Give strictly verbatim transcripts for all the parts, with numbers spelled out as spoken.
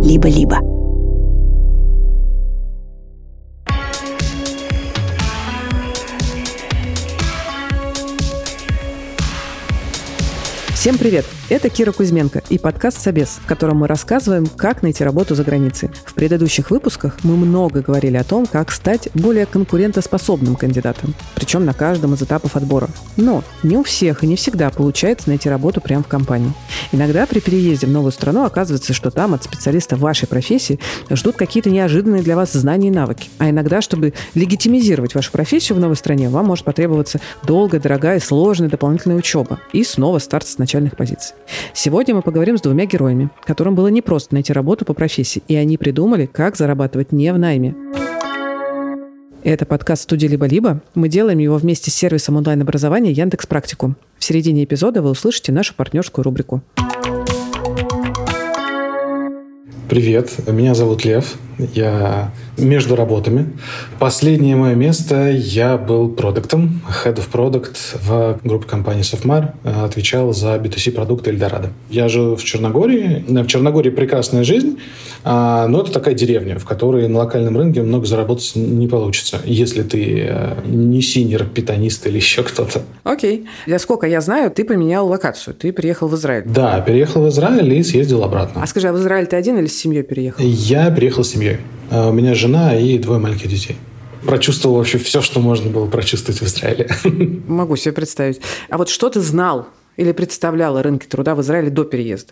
«Либо-либо». Всем привет! Это Кира Кузьменко и подкаст «Собес», в котором мы рассказываем, как найти работу за границей. В предыдущих выпусках мы много говорили о том, как стать более конкурентоспособным кандидатом, причем на каждом из этапов отбора. Но не у всех и не всегда получается найти работу прямо в компании. Иногда при переезде в новую страну оказывается, что там от специалиста вашей профессии ждут какие-то неожиданные для вас знания и навыки. А иногда, чтобы легитимизировать вашу профессию в новой стране, вам может потребоваться долгая, дорогая и сложная дополнительная учеба. И снова старт с начальных позиций. Сегодня мы поговорим с двумя героями, которым было непросто найти работу по профессии, и они придумали, как зарабатывать не в найме. Это подкаст студии «Либо-либо». Мы делаем его вместе с сервисом онлайн-образования Яндекс.Практикум. В середине эпизода вы услышите нашу партнерскую рубрику. Привет, меня зовут Лев, я между работами. Последнее мое место, я был продуктом, head of product в группе компании Softmar, отвечал за би ту си продукты Эльдорадо. Я жил в Черногории, в Черногории прекрасная жизнь, но это такая деревня, в которой на локальном рынке много заработать не получится, если ты не синьор, питонист или еще кто-то. Окей. Насколько я знаю, ты поменял локацию, ты приехал в Израиль. Да, переехал в Израиль и съездил обратно. А скажи, а в Израиль ты один или с семьей переехал? Я переехал с семьей. У меня жена и двое маленьких детей. Прочувствовал вообще все, что можно было прочувствовать в Израиле. Могу себе представить. А вот что ты знал или представлял о рынке труда в Израиле до переезда?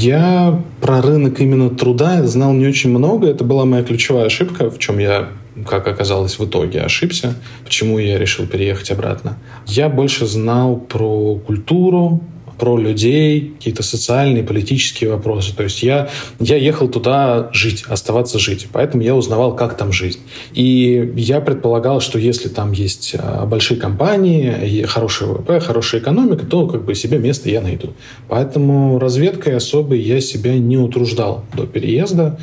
Я про рынок именно труда знал не очень много. Это была моя ключевая ошибка, в чем я, как оказалось, в итоге ошибся. Почему я решил переехать обратно. Я больше знал про культуру, про людей, какие-то социальные, политические вопросы. То есть я, я ехал туда жить, оставаться жить. Поэтому я узнавал, как там жизнь. И я предполагал, что если там есть большие компании, хороший вэ вэ пэ, хорошая экономика, то как бы себе место я найду. Поэтому разведкой особо я себя не утруждал до переезда.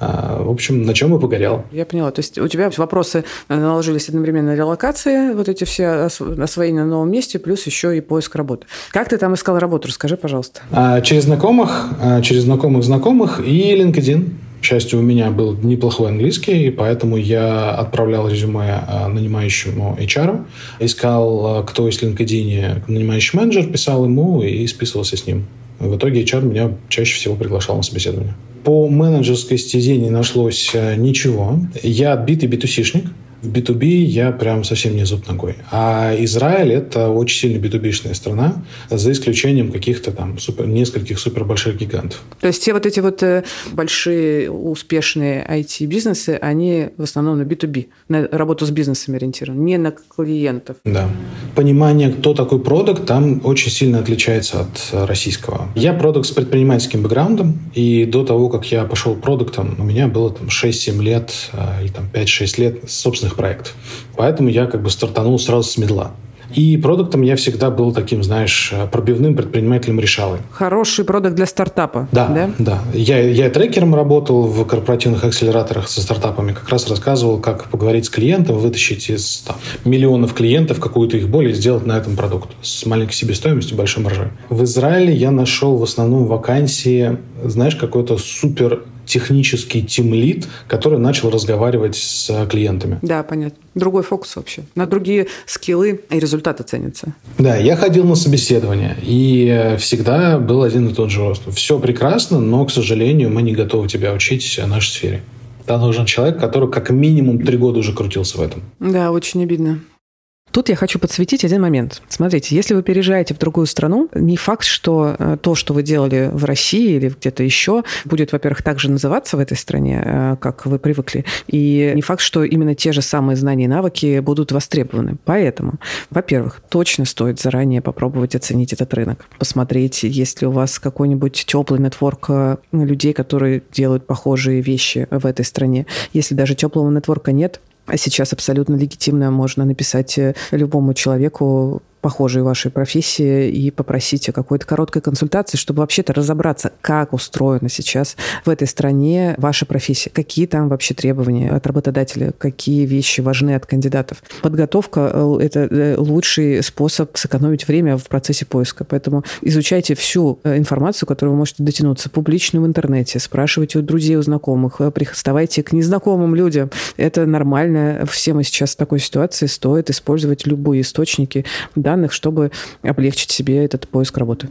В общем, на чем и погорел. Я поняла. То есть у тебя вопросы наложились одновременно релокации, вот эти все освоения на новом месте, плюс еще и поиск работы. Как ты там искал работу? Расскажи, пожалуйста. Через знакомых, через знакомых знакомых и LinkedIn. К счастью, у меня был неплохой английский, и поэтому я отправлял резюме нанимающему эйч ар, искал, кто есть в LinkedIn, нанимающий менеджер, писал ему и списывался с ним. В итоге эйч ар меня чаще всего приглашал на собеседование. По менеджерской стезе не нашлось ничего. Я отбитый би ту си-шник. В би ту би я прям совсем не зуб ногой. А Израиль – это очень сильно би ту би-шная страна, за исключением каких-то там супер, нескольких супербольших гигантов. То есть все вот эти вот большие успешные ай ти-бизнесы, они в основном на би ту би, на работу с бизнесами ориентированы, не на клиентов. Да. Понимание, кто такой продакт, там очень сильно отличается от российского. Я продакт с предпринимательским бэкграундом, и до того, как я пошел продуктом, у меня было там шесть-семь лет или там пять-шесть лет собственных проектов. Поэтому я как бы стартанул сразу с медла. И продуктом я всегда был таким, знаешь, пробивным предпринимателем-решалой. Хороший продукт для стартапа. Да, да. да. Я, я трекером работал в корпоративных акселераторах со стартапами. Как раз рассказывал, как поговорить с клиентом, вытащить из там, миллионов клиентов какую-то их боль и сделать на этом продукт с маленькой себестоимостью, большой маржой. В Израиле я нашел в основном вакансии, знаешь, какой-то супер технический тимлид, который начал разговаривать с клиентами. Да, понятно. Другой фокус вообще. На другие скиллы и результаты ценятся. Да, я ходил на собеседование, и всегда был один и тот же рост. Все прекрасно, но, к сожалению, мы не готовы тебя учить в нашей сфере. Там нужен человек, который как минимум три года уже крутился в этом. Да, очень обидно. Тут я хочу подсветить один момент. Смотрите, если вы переезжаете в другую страну, не факт, что то, что вы делали в России или где-то еще, будет, во-первых, так же называться в этой стране, как вы привыкли. И не факт, что именно те же самые знания и навыки будут востребованы. Поэтому, во-первых, точно стоит заранее попробовать оценить этот рынок. Посмотреть, есть ли у вас какой-нибудь теплый нетворк людей, которые делают похожие вещи в этой стране. Если даже теплого нетворка нет, а сейчас абсолютно легитимно можно написать любому человеку похожей вашей профессии и попросить о какой-то короткой консультации, чтобы вообще-то разобраться, как устроена сейчас в этой стране ваша профессия, какие там вообще требования от работодателя, какие вещи важны от кандидатов. Подготовка – это лучший способ сэкономить время в процессе поиска. Поэтому изучайте всю информацию, которую вы можете дотянуться, публичную в интернете, спрашивайте у друзей, у знакомых, приставайте к незнакомым людям. Это нормально. Все мы сейчас в такой ситуации. Стоит использовать любые источники данных, чтобы облегчить себе этот поиск работы.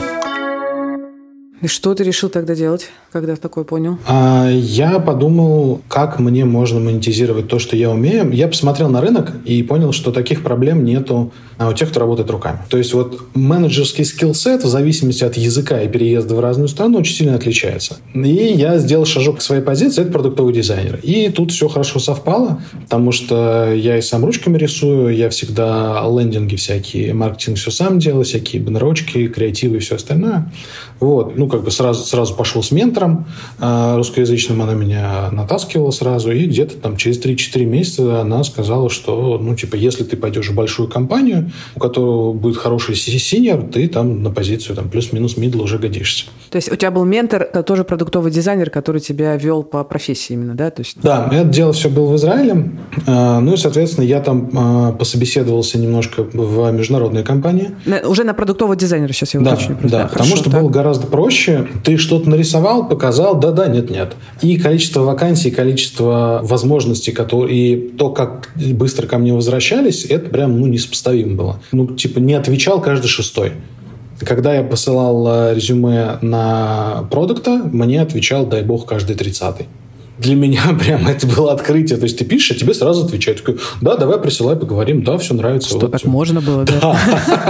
И что ты решил тогда делать, когда такое понял? А, я подумал, как мне можно монетизировать то, что я умею. Я посмотрел на рынок и понял, что таких проблем нету у тех, кто работает руками. То есть вот менеджерский скиллсет в зависимости от языка и переезда в разную страну очень сильно отличается. И я сделал шажок к своей позиции, это продуктовый дизайнер. И тут все хорошо совпало, потому что я и сам ручками рисую, я всегда лендинги всякие, маркетинг все сам делаю, всякие баннерочки, креативы и все остальное. Вот. Ну, как бы сразу, сразу пошел с ментором э, русскоязычным, она меня натаскивала сразу, и где-то там через три-четыре месяца она сказала, что, ну, типа, если ты пойдешь в большую компанию, у которого будет хороший синьор, ты там на позицию там плюс-минус мидл уже годишься. То есть у тебя был ментор, тоже продуктовый дизайнер, который тебя вел по профессии именно, да? То есть... Да, это дело все было в Израиле. Э, ну, и, соответственно, я там э, пособеседовался немножко в международной компании. На, уже на продуктового дизайнера сейчас я да, уточню. Да, да, потому что так. Было гораздо проще. Ты что-то нарисовал, показал, да-да, нет-нет. И количество вакансий, количество возможностей, которые, и то, как быстро ко мне возвращались, это прям, ну, несопоставимо было. Ну, типа, не отвечал каждый шестой. Когда я посылал резюме на продукта, мне отвечал, дай бог, каждый тридцатый. Для меня прям это было открытие. То есть ты пишешь, а тебе сразу отвечают. Такой, да, давай, присылай, поговорим. Да, все нравится. Что, так можно было, да?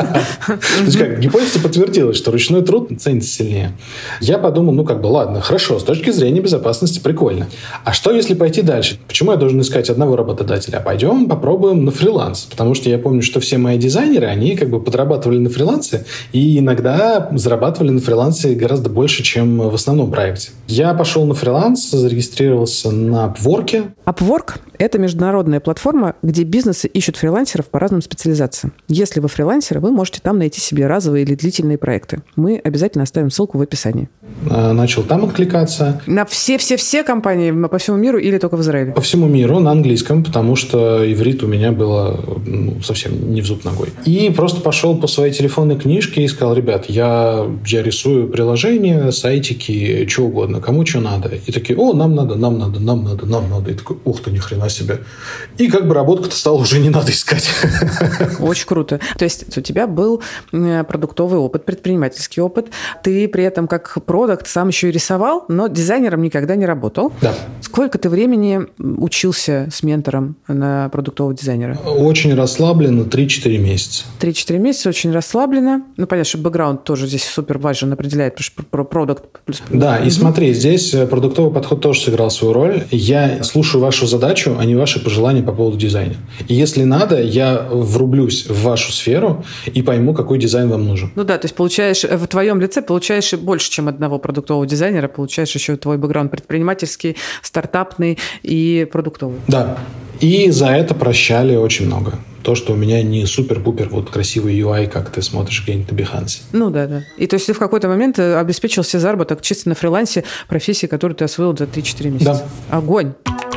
То есть как, гипотеза подтвердилась, что ручной труд ценится сильнее. Я подумал, ну как бы, ладно, хорошо, с точки зрения безопасности прикольно. А что, если пойти дальше? Почему я должен искать одного работодателя? А пойдем попробуем на фриланс. Потому что я помню, что все мои дизайнеры, они как бы подрабатывали на фрилансе и иногда зарабатывали на фрилансе гораздо больше, чем в основном проекте. Я пошел на фриланс, зарегистрировал на Upwork. Upwork – это международная платформа, где бизнесы ищут фрилансеров по разным специализациям. Если вы фрилансеры, вы можете там найти себе разовые или длительные проекты. Мы обязательно оставим ссылку в описании. Начал там откликаться. На все-все-все компании по всему миру или только в Израиле? По всему миру, на английском, потому что иврит у меня было ну, совсем не в зуб ногой. И просто пошел по своей телефонной книжке и сказал, ребят, я, я рисую приложения, сайтики, что угодно, кому что надо. И такие, о, нам надо, нам надо, нам надо, нам надо. И такой, ух ты, ни хрена себе. И как бы работу-то стало уже не надо искать. Очень круто. То есть у тебя был продуктовый опыт, предпринимательский опыт. Ты при этом как продакт сам еще и рисовал, но дизайнером никогда не работал. Да. Сколько ты времени учился с ментором на продуктового дизайнера? Очень расслабленно, три-четыре месяца. три-четыре месяца, очень расслабленно. Ну, понятно, что бэкграунд тоже здесь супер важен, определяет, потому что про продукт плюс... Да, и смотри, здесь продуктовый подход тоже сыграл свою роль. Я слушаю вашу задачу, а не ваши пожелания по поводу дизайна. И если надо, я врублюсь в вашу сферу и пойму, какой дизайн вам нужен. Ну да, то есть получаешь в твоем лице получаешь больше, чем одного продуктового дизайнера, получаешь еще твой бэкграунд предпринимательский, стартапный и продуктовый. Да. И за это прощали очень много. То, что у меня не супер-пупер вот красивый ю ай, как ты смотришь где-нибудь на Behance. Ну да, да. И то есть ты в какой-то момент обеспечил себе заработок чисто на фрилансе профессии, которую ты освоил за три-четыре месяца. Да. Огонь!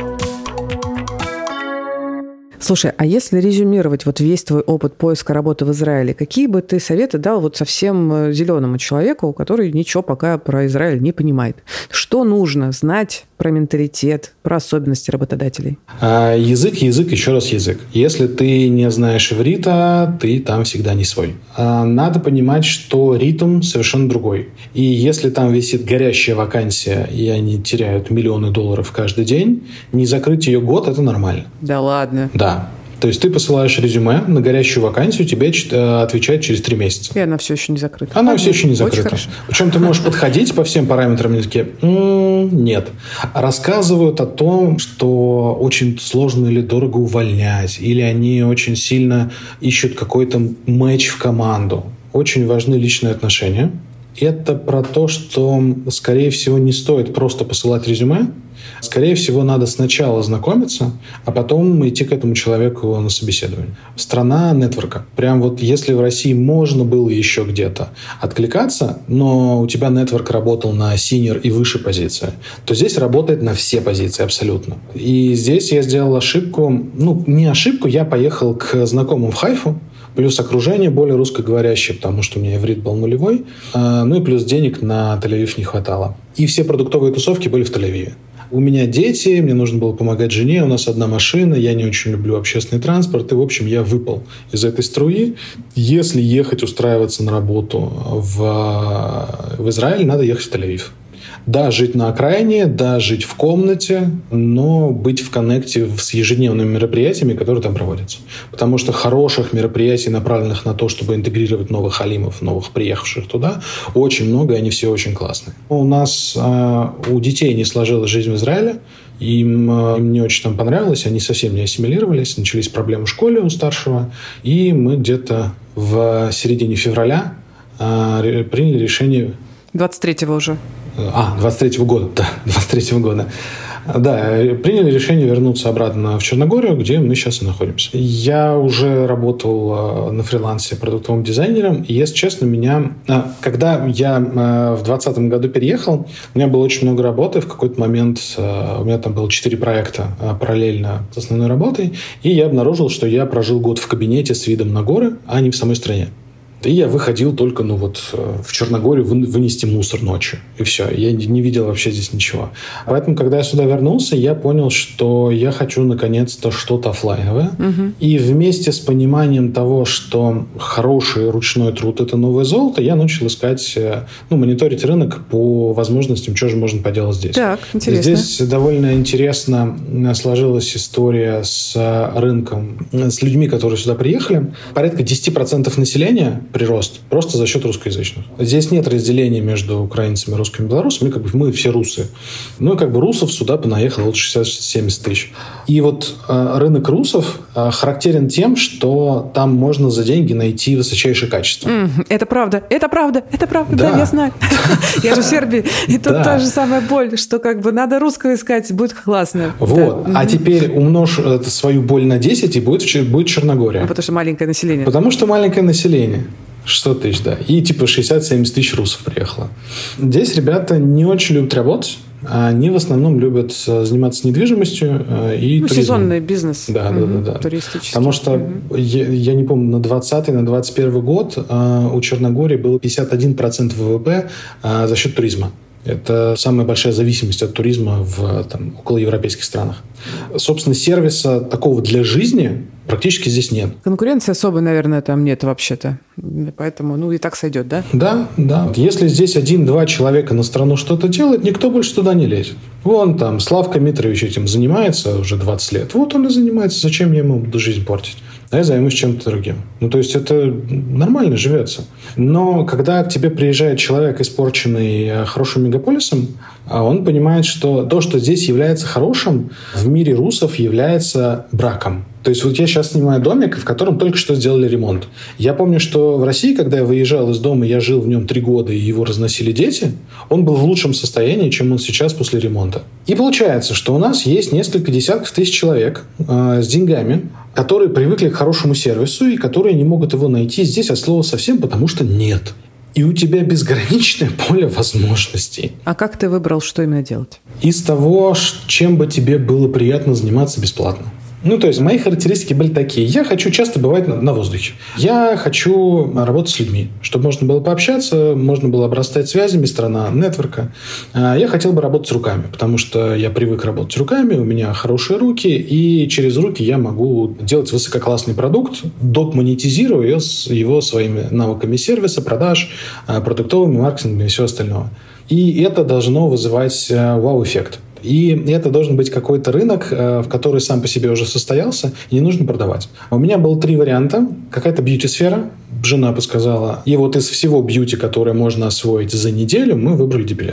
Слушай, а если резюмировать вот весь твой опыт поиска работы в Израиле, какие бы ты советы дал вот совсем зеленому человеку, который ничего пока про Израиль не понимает? Что нужно знать про менталитет, про особенности работодателей? А, язык, язык, еще раз язык. Если ты не знаешь иврита, ты там всегда не свой. А, надо понимать, что ритм совершенно другой. И если там висит горящая вакансия, и они теряют миллионы долларов каждый день, не закрыть ее год – это нормально. Да ладно? Да. То есть ты посылаешь резюме на горящую вакансию, тебе отвечают через три месяца. И она все еще не закрыта. Она а, все еще не закрыта. Причем ты можешь подходить по всем параметрам и такие, м-м, нет. Рассказывают о том, что очень сложно или дорого увольнять, или они очень сильно ищут какой-то матч в команду. Очень важны личные отношения. это про то, что, скорее всего, не стоит просто посылать резюме. Скорее всего, надо сначала знакомиться, а потом идти к этому человеку на собеседование. Страна нетворка. Прям вот если в России можно было еще где-то откликаться, но у тебя нетворк работал на синьор и выше позиции, то здесь работает на все позиции абсолютно. И здесь я сделал ошибку, ну, не ошибку, я поехал к знакомым в Хайфу, плюс окружение более русскоговорящее, потому что у меня иврит был нулевой, ну и плюс денег на Тель-Авив не хватало. И все продуктовые тусовки были в Тель-Авиве. У меня дети, мне нужно было помогать жене, у нас одна машина, я не очень люблю общественный транспорт, и, в общем, я выпал из этой струи. Если ехать, устраиваться на работу в, в Израиль, надо ехать в Тель-Авив. Да, жить на окраине, да, жить в комнате, но быть в коннекте с ежедневными мероприятиями, которые там проводятся. Потому что хороших мероприятий, направленных на то, чтобы интегрировать новых алимов, новых приехавших туда, очень много, и они все очень классные. У нас э, у детей не сложилась жизнь в Израиле, им, им не очень там понравилось, они совсем не ассимилировались, начались проблемы в школе у старшего, и мы где-то в середине февраля э, приняли решение... двадцать третьего уже. А, двадцать третьего года, да, двадцать третьего года. Да, приняли решение вернуться обратно в Черногорию, где мы сейчас и находимся. Я уже работал на фрилансе продуктовым дизайнером, и, если честно, меня... Когда я в двадцатом году переехал, у меня было очень много работы. В какой-то момент у меня там было четыре проекта параллельно с основной работой, и я обнаружил, что я прожил год в кабинете с видом на горы, а не в самой стране. И я выходил только, ну вот, в Черногорию вынести мусор ночью. И все. Я не видел вообще здесь ничего. Поэтому, когда я сюда вернулся, я понял, что я хочу, наконец-то, что-то офлайновое. Угу. И вместе с пониманием того, что хороший ручной труд – это новое золото, я начал искать, ну, мониторить рынок по возможностям, что же можно поделать здесь. Так, интересно. Здесь довольно интересно сложилась история с рынком, с людьми, которые сюда приехали. Порядка десять процентов населения прирост просто за счет русскоязычных. Здесь нет разделения между украинцами, русскими и белорусами. Мы, как бы, мы все русы. Ну и как бы русов сюда понаехало вот шестьдесят-семьдесят тысяч. И вот э, рынок русов э, характерен тем, что там можно за деньги найти высочайшее качество. Mm, это правда, это правда, это правда, да, да я знаю. Я же в Сербии. И тут та же самая боль, что как бы надо русского искать, будет классно. Вот. А теперь умножь свою боль на десять, и будет Черногория. Потому что маленькое население. Потому что маленькое население. шестьсот тысяч, да. И типа шестьдесят-семьдесят тысяч русов приехало. Здесь ребята не очень любят работать. Они в основном любят заниматься недвижимостью и ну, туризмом. сезонный бизнес. Да, угу, да, да, да. Туристический. Потому что, угу. я, я не помню, на двадцатый, на двадцать первый год у Черногории было пятьдесят один процент ВВП за счет туризма. Это самая большая зависимость от туризма в там, околоевропейских странах. Собственно, сервиса такого для жизни практически здесь нет. Конкуренции особой, наверное, там нет вообще-то. Поэтому, ну, и так сойдет, да? Да, да. Если здесь один-два человека на страну что-то делают, никто больше туда не лезет. Вон там Славка Митрович этим занимается уже двадцать лет. Вот он и занимается. Зачем я ему буду жизнь портить? А я займусь чем-то другим. Ну, то есть это нормально живется. Но когда к тебе приезжает человек, испорченный хорошим мегаполисом, он понимает, что то, что здесь является хорошим, в мире русов является браком. То есть вот я сейчас снимаю домик, в котором только что сделали ремонт. Я помню, что в России, когда я выезжал из дома, я жил в нем три года, и его разносили дети, он был в лучшем состоянии, чем он сейчас после ремонта. И получается, что у нас есть несколько десятков тысяч человек э, с деньгами, которые привыкли к хорошему сервису и которые не могут его найти здесь от слова совсем, потому что нет. И у тебя безграничное поле возможностей. А как ты выбрал, что именно делать? Из того, чем бы тебе было приятно заниматься бесплатно. Ну, то есть, мои характеристики были такие. Я хочу часто бывать на, на воздухе. Я хочу работать с людьми, чтобы можно было пообщаться, можно было обрастать связями, страна нетворка. Я хотел бы работать с руками, потому что я привык работать руками, у меня хорошие руки, и через руки я могу делать высококлассный продукт, доп-монетизируя его своими навыками сервиса, продаж, продуктовыми, маркетингом и всего остального. И это должно вызывать вау-эффект. И это должен быть какой-то рынок, в который сам по себе уже состоялся, и не нужно продавать. У меня было три варианта. Какая-то бьюти-сфера, жена подсказала. И вот из всего бьюти, которое можно освоить за неделю, мы выбрали депиляцию.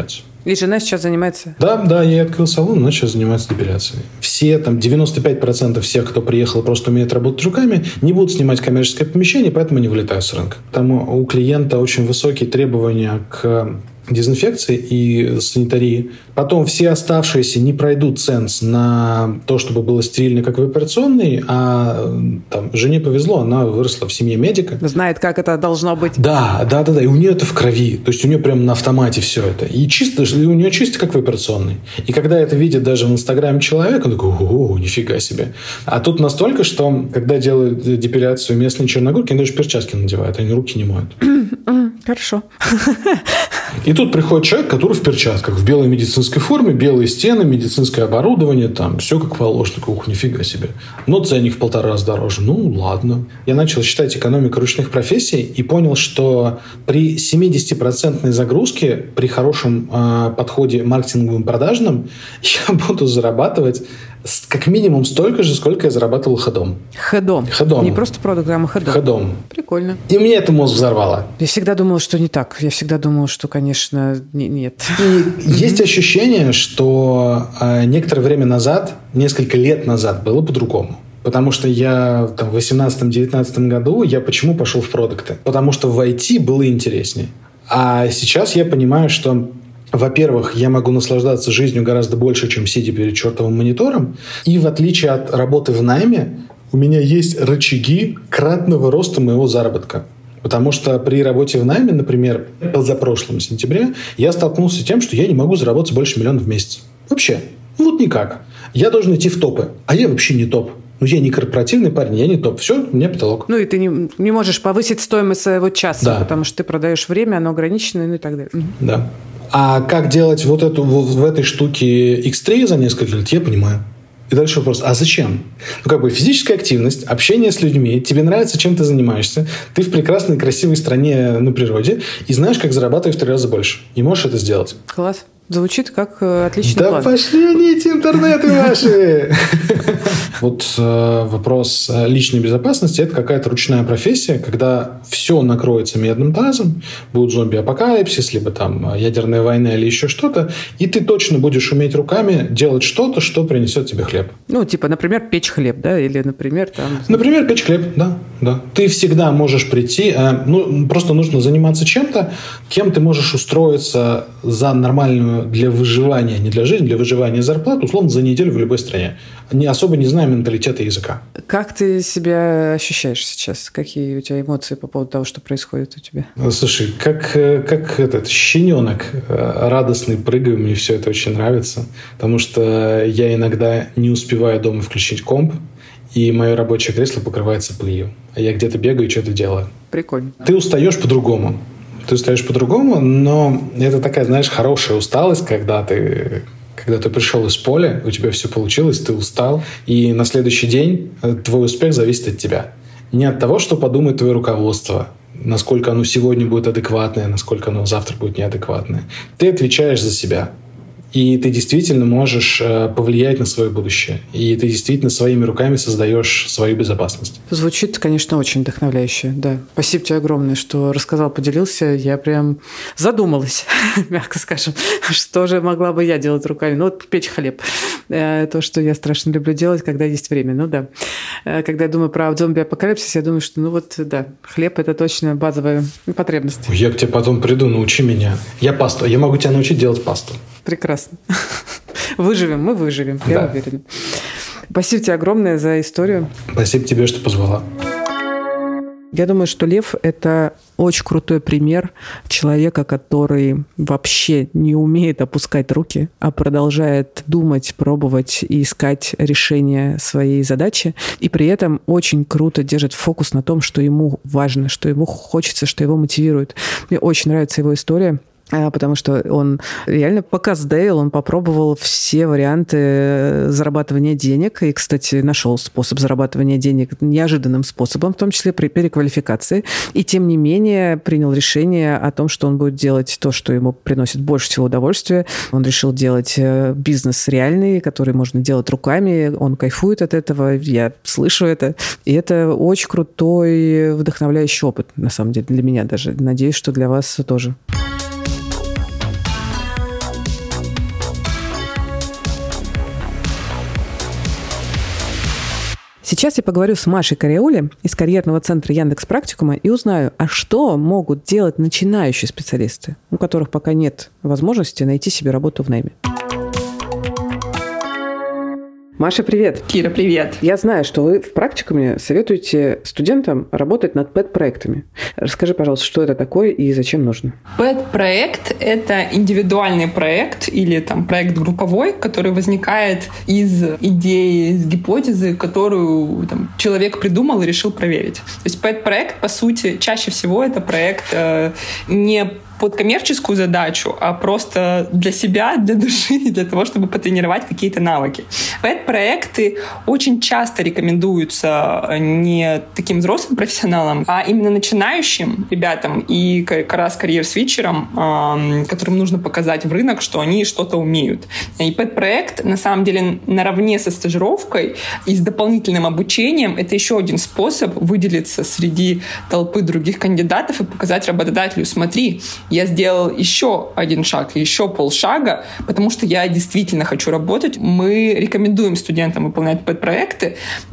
И жена сейчас занимается? Да, да, я открыл салон, она сейчас занимается депиляцией. Все, там, девяносто пять процентов всех, кто приехал и просто умеет работать руками, не будут снимать коммерческое помещение, поэтому не вылетают с рынка. Там у клиента очень высокие требования к дезинфекции и санитарии. Потом все оставшиеся не пройдут ценз на то, чтобы было стерильно, как в операционной, а там, жене повезло, она выросла в семье медика. Знает, как это должно быть. Да, да, да, да. И у нее это в крови. То есть у нее прям на автомате все это. И чисто, и у нее чисто, как в операционной. И когда это видит даже в Инстаграме человек, он такой: о, нифига себе. А тут настолько, что когда делают депиляцию местные черногорки, они даже перчатки надевают, они руки не моют. Хорошо. И тут приходит человек, который в перчатках, в белой медицинской форме, белые стены, медицинское оборудование, там все как положено. Ух, нифига себе. Но ценник в полтора раза дороже. Ну, ладно. Я начал считать экономику ручных профессий и понял, что при семидесятипроцентной загрузке, при хорошем э, подходе маркетинговым продажным, я буду зарабатывать как минимум столько же, сколько я зарабатывал ходом. Ходом? Ходом. Не просто продуктом, а ходом. Ходом. Прикольно. И мне это мозг взорвало. Я всегда думала, что не так. Я всегда думала, что, конечно, не, нет. И есть ощущение, что э, некоторое время назад, несколько лет назад было по-другому. Потому что я там, в восемнадцатом-девятнадцатом году я почему пошел в продукты? Потому что в ай ти было интереснее. А сейчас я понимаю, что, во-первых, я могу наслаждаться жизнью гораздо больше, чем сидя перед чертовым монитором. И в отличие от работы в найме, у меня есть рычаги кратного роста моего заработка. Потому что при работе в найме, например, позапрошлом сентябре, я столкнулся с тем, что я не могу заработать больше миллиона в месяц. Вообще. Ну вот никак. Я должен идти в топы. А я вообще не топ. Ну, я не корпоративный парень, я не топ. Все, у меня потолок. Ну, и ты не, не можешь повысить стоимость своего часа, да. Потому что ты продаешь время, оно ограничено, ну и так далее. Да. А как делать вот эту вот в этой штуке икс три за несколько лет, я понимаю. И дальше вопрос, а зачем? Ну, как бы физическая активность, общение с людьми, тебе нравится, чем ты занимаешься, ты в прекрасной, красивой стране на природе и знаешь, как зарабатывать в три раза больше. И можешь это сделать. Класс. Звучит как э, отличный да план. Да пошли они, эти интернеты ваши! Вот вопрос личной безопасности – это какая-то ручная профессия, когда все накроется медным тазом, будет зомби-апокалипсис, либо там ядерная война или еще что-то, и ты точно будешь уметь руками делать что-то, что принесет тебе хлеб. Ну, типа, например, печь хлеб, да? Или, например, там... Например, печь хлеб, да. да. Ты всегда можешь прийти, ну, просто нужно заниматься чем-то, кем ты можешь устроиться за нормальную для выживания, не для жизни, для выживания зарплату, условно, за неделю в любой стране. Не, особо не зная менталитета языка. Как ты себя ощущаешь сейчас? Какие у тебя эмоции по поводу того, что происходит у тебя? Слушай, как, как этот щененок радостный, прыгаю, мне все это очень нравится, потому что я иногда не успеваю дома включить комп, и мое рабочее кресло покрывается пылью. А я где-то бегаю и что-то делаю. Прикольно. Ты устаешь по-другому. Ты устаешь по-другому, но это такая, знаешь, хорошая усталость, когда ты, когда ты пришел из поля, у тебя все получилось, ты устал, и на следующий день твой успех зависит от тебя. Не от того, что подумает твое руководство, насколько оно сегодня будет адекватное, насколько оно завтра будет неадекватное. Ты отвечаешь за себя. И ты действительно можешь э, повлиять на свое будущее. И ты действительно своими руками создаешь свою безопасность. Звучит, конечно, очень вдохновляюще, да. Спасибо тебе огромное, что рассказал, поделился. Я прям задумалась, мягко скажем, что же могла бы я делать руками. Ну, вот печь хлеб. То, что я страшно люблю делать, когда есть время. Ну, да. Когда я думаю про зомби-апокалипсис, я думаю, что, ну, вот, да, хлеб – это точно базовая потребность. Я к тебе потом приду, научи меня. Я пасту. Я могу тебя научить делать пасту. Прекрасно. Выживем, мы выживем, я да. уверена. Спасибо тебе огромное за историю. Спасибо тебе, что позвала. Я думаю, что Лев – это очень крутой пример человека, который вообще не умеет опускать руки, а продолжает думать, пробовать и искать решение своей задачи. И при этом очень круто держит фокус на том, что ему важно, что ему хочется, что его мотивирует. Мне очень нравится его история. Потому что он реально показдейл, он попробовал все варианты зарабатывания денег. И, кстати, нашел способ зарабатывания денег неожиданным способом, в том числе при переквалификации. И, тем не менее, принял решение о том, что он будет делать то, что ему приносит больше всего удовольствия. Он решил делать бизнес реальный, который можно делать руками. Он кайфует от этого, я слышу это. И это очень крутой, вдохновляющий опыт, на самом деле, для меня даже. Надеюсь, что для вас тоже. Сейчас я поговорю с Машей Кариаули из карьерного центра Яндекс.Практикума и узнаю, а что могут делать начинающие специалисты, у которых пока нет возможности найти себе работу в найме. Маша, привет. Кира, привет. Я знаю, что вы в практикуме советуете студентам работать над пэт-проектами. Расскажи, пожалуйста, что это такое и зачем нужно? Пэт-проект — это индивидуальный проект или там проект групповой, который возникает из идеи, из гипотезы, которую там, человек придумал и решил проверить. То есть пэт-проект, по сути, чаще всего это проект э, не под коммерческую задачу, а просто для себя, для души, для того, чтобы потренировать какие-то навыки. Пэт-проекты очень часто рекомендуются не таким взрослым профессионалам, а именно начинающим ребятам и как раз карьер-свитчерам, которым нужно показать в рынок, что они что-то умеют. И пэт-проект, на самом деле, наравне со стажировкой и с дополнительным обучением, это еще один способ выделиться среди толпы других кандидатов и показать работодателю: смотри, я сделал еще один шаг, еще полшага, потому что я действительно хочу работать. Мы рекомендуем студентам выполнять пэт-проекты,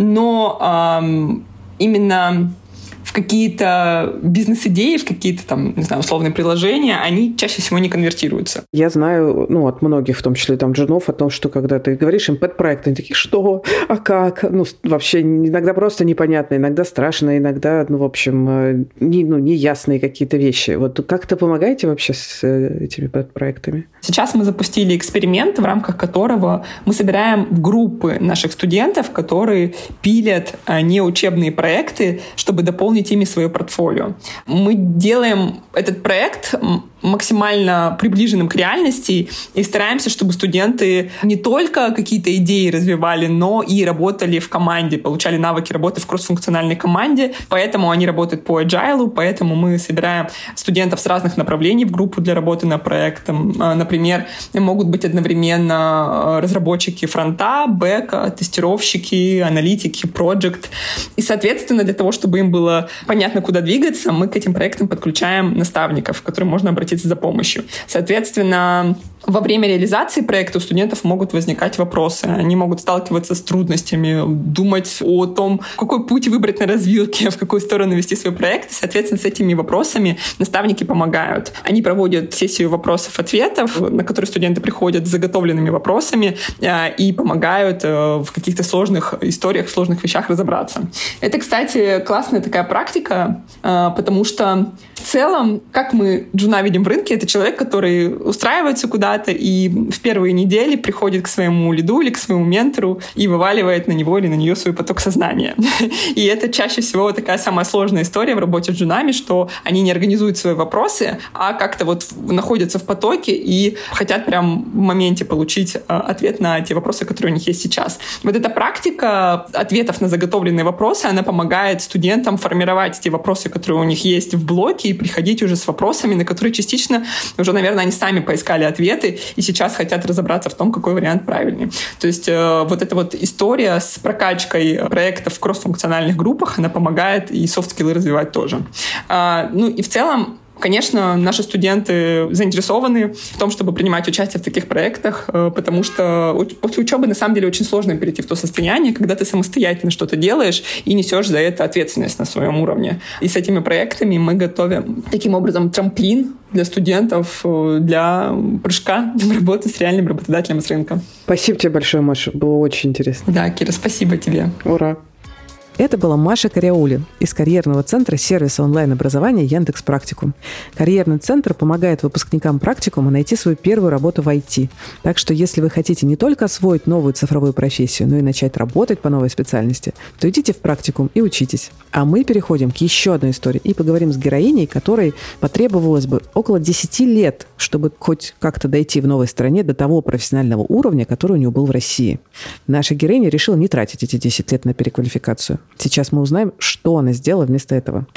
но эм, именно в какие-то бизнес-идеи, в какие-то там, не знаю, условные приложения, они чаще всего не конвертируются. Я знаю, ну, от многих, в том числе там джунов, о том, что когда ты говоришь им пэт-проект, они такие: что? А как? Ну, вообще иногда просто непонятно, иногда страшно, иногда, ну, в общем, не, ну, неясные какие-то вещи. Вот как ты помогаете вообще с этими пэт-проектами? Сейчас мы запустили эксперимент, в рамках которого мы собираем группы наших студентов, которые пилят неучебные проекты, чтобы дополнить ими свое портфолио. Мы делаем этот проект максимально приближенным к реальности и стараемся, чтобы студенты не только какие-то идеи развивали, но и работали в команде, получали навыки работы в кроссфункциональной команде. Поэтому они работают по agile, поэтому мы собираем студентов с разных направлений в группу для работы над проектом. Например, могут быть одновременно разработчики фронта, бэка, тестировщики, аналитики, проект. И, соответственно, для того, чтобы им было понятно, куда двигаться, мы к этим проектам подключаем наставников, к которым можно обратиться за помощью. Соответственно, во время реализации проекта у студентов могут возникать вопросы. Они могут сталкиваться с трудностями, думать о том, какой путь выбрать на развилке, в какую сторону вести свой проект. И, соответственно, с этими вопросами наставники помогают. Они проводят сессию вопросов-ответов, на которые студенты приходят с заготовленными вопросами и помогают в каких-то сложных историях, в сложных вещах разобраться. Это, кстати, классная такая практика, потому что в целом, как мы джуна видим в рынке, это человек, который устраивается куда-то и в первые недели приходит к своему лиду или к своему ментору и вываливает на него или на нее свой поток сознания. И это чаще всего такая самая сложная история в работе с джунами, что они не организуют свои вопросы, а как-то вот находятся в потоке и хотят прям в моменте получить ответ на те вопросы, которые у них есть сейчас. Вот эта практика ответов на заготовленные вопросы, она помогает студентам формировать те вопросы, которые у них есть в блоке, и приходить уже с вопросами, на которые частично уже, наверное, они сами поискали ответы и сейчас хотят разобраться в том, какой вариант правильный. То есть э, вот эта вот история с прокачкой проектов в кроссфункциональных группах, она помогает и софт-скиллы развивать тоже. А, ну и в целом, конечно, наши студенты заинтересованы в том, чтобы принимать участие в таких проектах, потому что после учебы, на самом деле, очень сложно перейти в то состояние, когда ты самостоятельно что-то делаешь и несешь за это ответственность на своем уровне. И с этими проектами мы готовим таким образом трамплин для студентов, для прыжка в работу с реальным работодателем с рынка. Спасибо тебе большое, Маша. Было очень интересно. Да, Кира, спасибо тебе. Ура! Это была Маша Кариаули из карьерного центра сервиса онлайн-образования Яндекс.Практикум. Карьерный центр помогает выпускникам практикума найти свою первую работу в ай ти. Так что если вы хотите не только освоить новую цифровую профессию, но и начать работать по новой специальности, то идите в практикум и учитесь. А мы переходим к еще одной истории и поговорим с героиней, которой потребовалось бы около десяти лет, чтобы хоть как-то дойти в новой стране до того профессионального уровня, который у нее был в России. Наша героиня решила не тратить эти десять лет на переквалификацию. Сейчас мы узнаем, что она сделала вместо этого.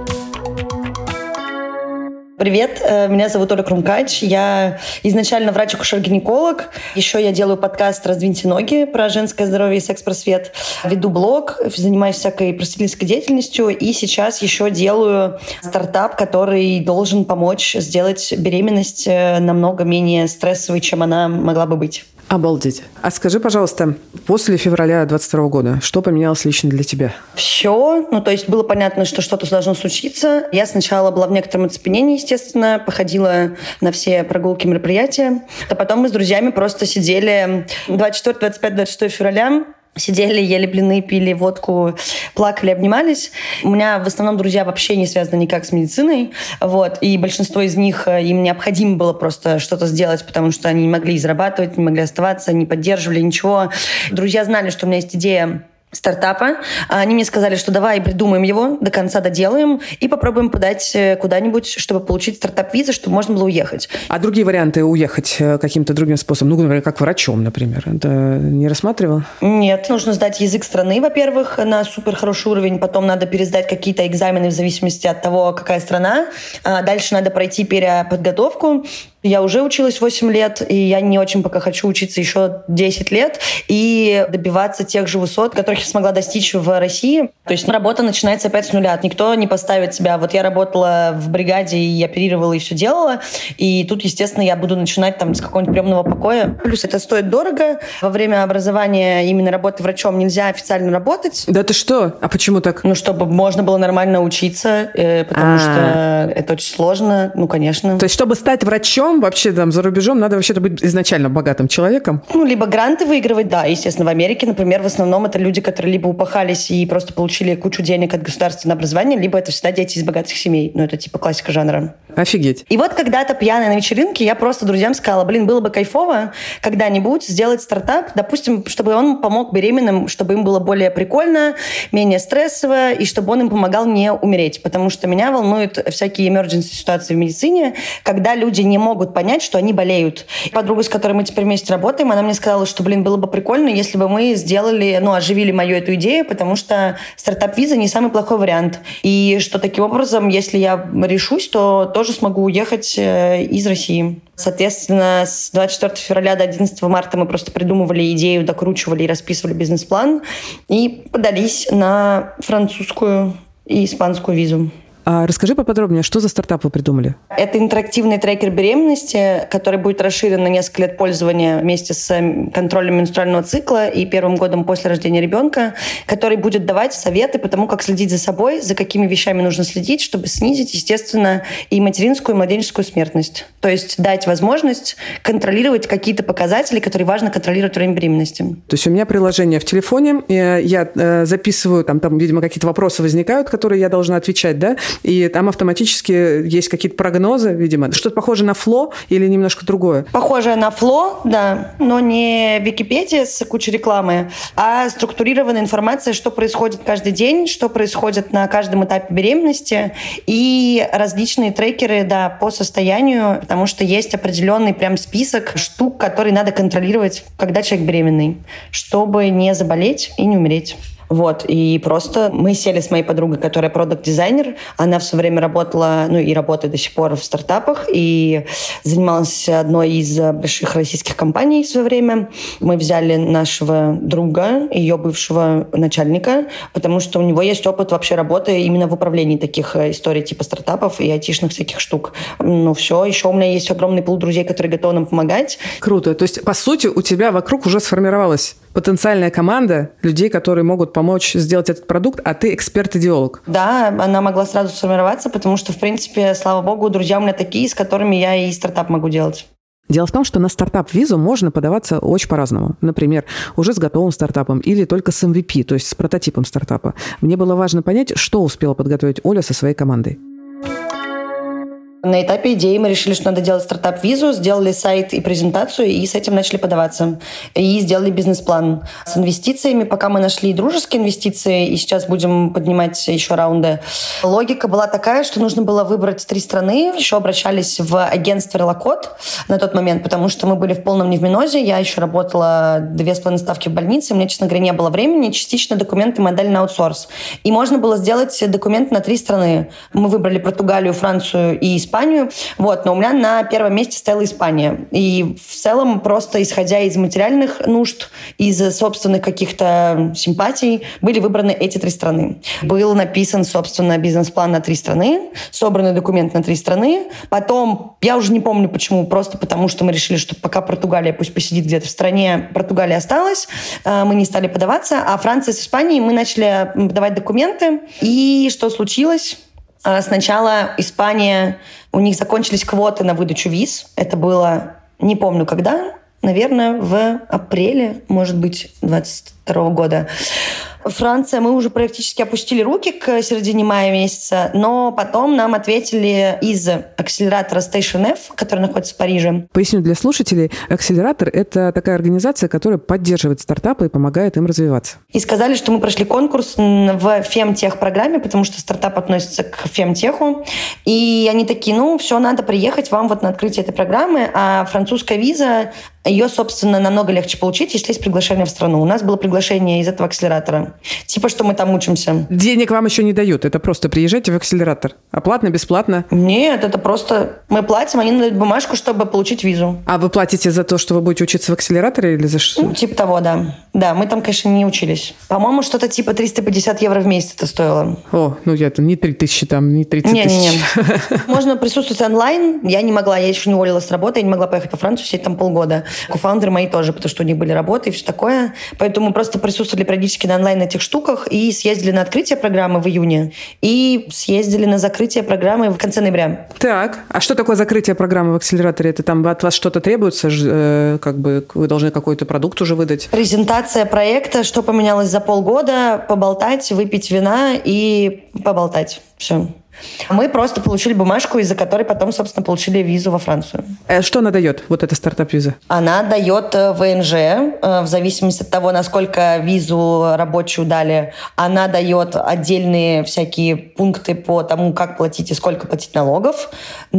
Привет, меня зовут Оля Крумкач, я изначально врач-акушер-гинеколог, еще я делаю подкаст «Раздвиньте ноги» про женское здоровье и секс-просвет, веду блог, занимаюсь всякой просветительской деятельностью и сейчас еще делаю стартап, который должен помочь сделать беременность намного менее стрессовой, чем она могла бы быть. Обалдеть. А скажи, пожалуйста, после февраля двадцать второго года, что поменялось лично для тебя? Все. Ну, то есть было понятно, что что-то должно случиться. Я сначала была в некотором оцепенении, естественно, походила на все прогулки, мероприятия. А потом мы с друзьями просто сидели двадцать четвёртого, двадцать пятого, двадцать шестого февраля, сидели, ели блины, пили водку, плакали, обнимались. У меня в основном друзья вообще не связаны никак с медициной. Вот. И большинство из них, им необходимо было просто что-то сделать, потому что они не могли зарабатывать, не могли оставаться, не поддерживали ничего. Друзья знали, что у меня есть идея стартапа. Они мне сказали, что давай придумаем его, до конца доделаем и попробуем подать куда-нибудь, чтобы получить стартап-визу, чтобы можно было уехать. А другие варианты уехать каким-то другим способом? Ну, например, как врачом, например. Это не рассматривал? Нет. Нужно сдать язык страны, во-первых, на супер хороший уровень. Потом надо пересдать какие-то экзамены в зависимости от того, какая страна. Дальше надо пройти переподготовку. Я уже училась восемь лет, и я не очень пока хочу учиться еще десять лет и добиваться тех же высот, которых я смогла достичь в России. То есть работа начинается опять с нуля. Никто не поставит себя. Вот я работала в бригаде, и оперировала, и все делала. И тут, естественно, я буду начинать там с какого-нибудь приемного покоя. Плюс это стоит дорого. Во время образования именно работы врачом нельзя официально работать. Да ты что? А почему так? Ну, чтобы можно было нормально учиться, потому А-а-а. что это очень сложно. Ну, конечно. То есть, чтобы стать врачом, вообще там за рубежом надо вообще-то быть изначально богатым человеком? Ну, либо гранты выигрывать, да. Естественно, в Америке, например, в основном это люди, которые либо упахались и просто получили кучу денег от государства на образование, либо это всегда дети из богатых семей. Ну, это типа классика жанра. Офигеть. И вот когда-то пьяная на вечеринке я просто друзьям сказала, блин, было бы кайфово когда-нибудь сделать стартап, допустим, чтобы он помог беременным, чтобы им было более прикольно, менее стрессово, и чтобы он им помогал не умереть. Потому что меня волнуют всякие emergency ситуации в медицине, когда люди не могут понять, что они болеют. Подруга, с которой мы теперь вместе работаем, она мне сказала, что, блин, было бы прикольно, если бы мы сделали, ну, оживили мою эту идею, потому что стартап-виза не самый плохой вариант. И что таким образом, если я решусь, то тоже смогу уехать из России. Соответственно, с двадцать четвёртого февраля до одиннадцатого марта мы просто придумывали идею, докручивали и расписывали бизнес-план и подались на французскую и испанскую визу. А расскажи поподробнее, что за стартап вы придумали? Это интерактивный трекер беременности, который будет расширен на несколько лет пользования вместе с контролем менструального цикла и первым годом после рождения ребенка, который будет давать советы по тому, как следить за собой, за какими вещами нужно следить, чтобы снизить, естественно, и материнскую, и младенческую смертность. То есть дать возможность контролировать какие-то показатели, которые важно контролировать во время беременности. То есть у меня приложение в телефоне, я записываю, там, там видимо, какие-то вопросы возникают, которые я должна отвечать, да? И там автоматически есть какие-то прогнозы, видимо. Что-то похоже на Фло или немножко другое? Похоже на Фло, да. Но не Википедия с кучей рекламы, а структурированная информация, что происходит каждый день, что происходит на каждом этапе беременности и различные трекеры, да, по состоянию, потому что есть определенный прям список штук, которые надо контролировать, когда человек беременный, чтобы не заболеть и не умереть. Вот, и просто мы сели с моей подругой, которая продакт-дизайнер. Она все время работала, ну и работает до сих пор в стартапах, и занималась одной из больших российских компаний в свое время. Мы взяли нашего друга, ее бывшего начальника, потому что у него есть опыт вообще работы именно в управлении таких историй типа стартапов и айтишных всяких штук. Ну все, еще у меня есть огромный пул друзей, которые готовы нам помогать. Круто. То есть, по сути, у тебя вокруг уже сформировалась потенциальная команда людей, которые могут помочь сделать этот продукт, а ты эксперт-идеолог. Да, она могла сразу сформироваться, потому что, в принципе, слава богу, друзья у меня такие, с которыми я и стартап могу делать. Дело в том, что на стартап-визу можно подаваться очень по-разному. Например, уже с готовым стартапом или только с эм ви пи, то есть с прототипом стартапа. Мне было важно понять, что успела подготовить Оля со своей командой. На этапе идеи мы решили, что надо делать стартап-визу, сделали сайт и презентацию, и с этим начали подаваться. И сделали бизнес-план с инвестициями. Пока мы нашли дружеские инвестиции, и сейчас будем поднимать еще раунды. Логика была такая, что нужно было выбрать три страны. Еще обращались в агентство «Релокод» на тот момент, потому что мы были в полном невминозе. Я еще работала две с половиной ставки в больнице. У меня, честно говоря, не было времени. Частично документы модель на аутсорс. И можно было сделать документ на три страны. Мы выбрали Португалию, Францию и Испанию. Испанию. Вот, но у меня на первом месте стояла Испания. И в целом, просто исходя из материальных нужд, из собственных каких-то симпатий, были выбраны эти три страны. Был написан, собственно, бизнес-план на три страны, собранный документ на три страны. Потом, я уже не помню почему, просто потому что мы решили, что пока Португалия пусть посидит где-то в стране, Португалия осталась, мы не стали подаваться, а Франция с Испанией мы начали подавать документы. И что случилось? Сначала Испания, у них закончились квоты на выдачу виз. Это было, не помню когда, наверное, в апреле, может быть, двадцать второго года. Франция, мы уже практически опустили руки к середине мая месяца, но потом нам ответили из акселератора Station F, который находится в Париже. Поясню для слушателей, акселератор — это такая организация, которая поддерживает стартапы и помогает им развиваться. И сказали, что мы прошли конкурс в фемтех-программе, потому что стартап относится к фемтеху. И они такие, ну, все, надо приехать вам вот на открытие этой программы, а французская виза, ее, собственно, намного легче получить, если есть приглашение в страну. У нас было приглашение из этого акселератора. Типа, что мы там учимся. Денег вам еще не дают, это просто приезжайте в акселератор. А платно, бесплатно? Нет, это просто мы платим, они дают бумажку, чтобы получить визу. А вы платите за то, что вы будете учиться в акселераторе или за что? Ну, типа того, да. Да, мы там, конечно, не учились. По-моему, что-то типа триста пятьдесят евро в месяц это стоило. О, ну я там не три тысячи, там не тридцать тысяч. Не-не-не. Можно присутствовать онлайн. Я не могла, я еще не уволилась с работы, я не могла поехать по Францию, сидеть там полгода. Кофаундеры мои тоже, потому что у них были работы и все такое. Поэтому мы просто присутствовали периодически на онлайн этих штуках и съездили на открытие программы в июне и съездили на закрытие программы в конце ноября. Так, а что такое закрытие программы в акселераторе? Это там от вас что-то требуется? Э, как бы вы должны какой-то продукт уже выдать? Презентация проекта, что поменялось за полгода, поболтать, выпить вина и поболтать. Все. Мы просто получили бумажку, из-за которой потом, собственно, получили визу во Францию. Что она дает, вот эта стартап-виза? Она дает ВНЖ, в зависимости от того, насколько визу рабочую дали. Она дает отдельные всякие пункты по тому, как платить и сколько платить налогов.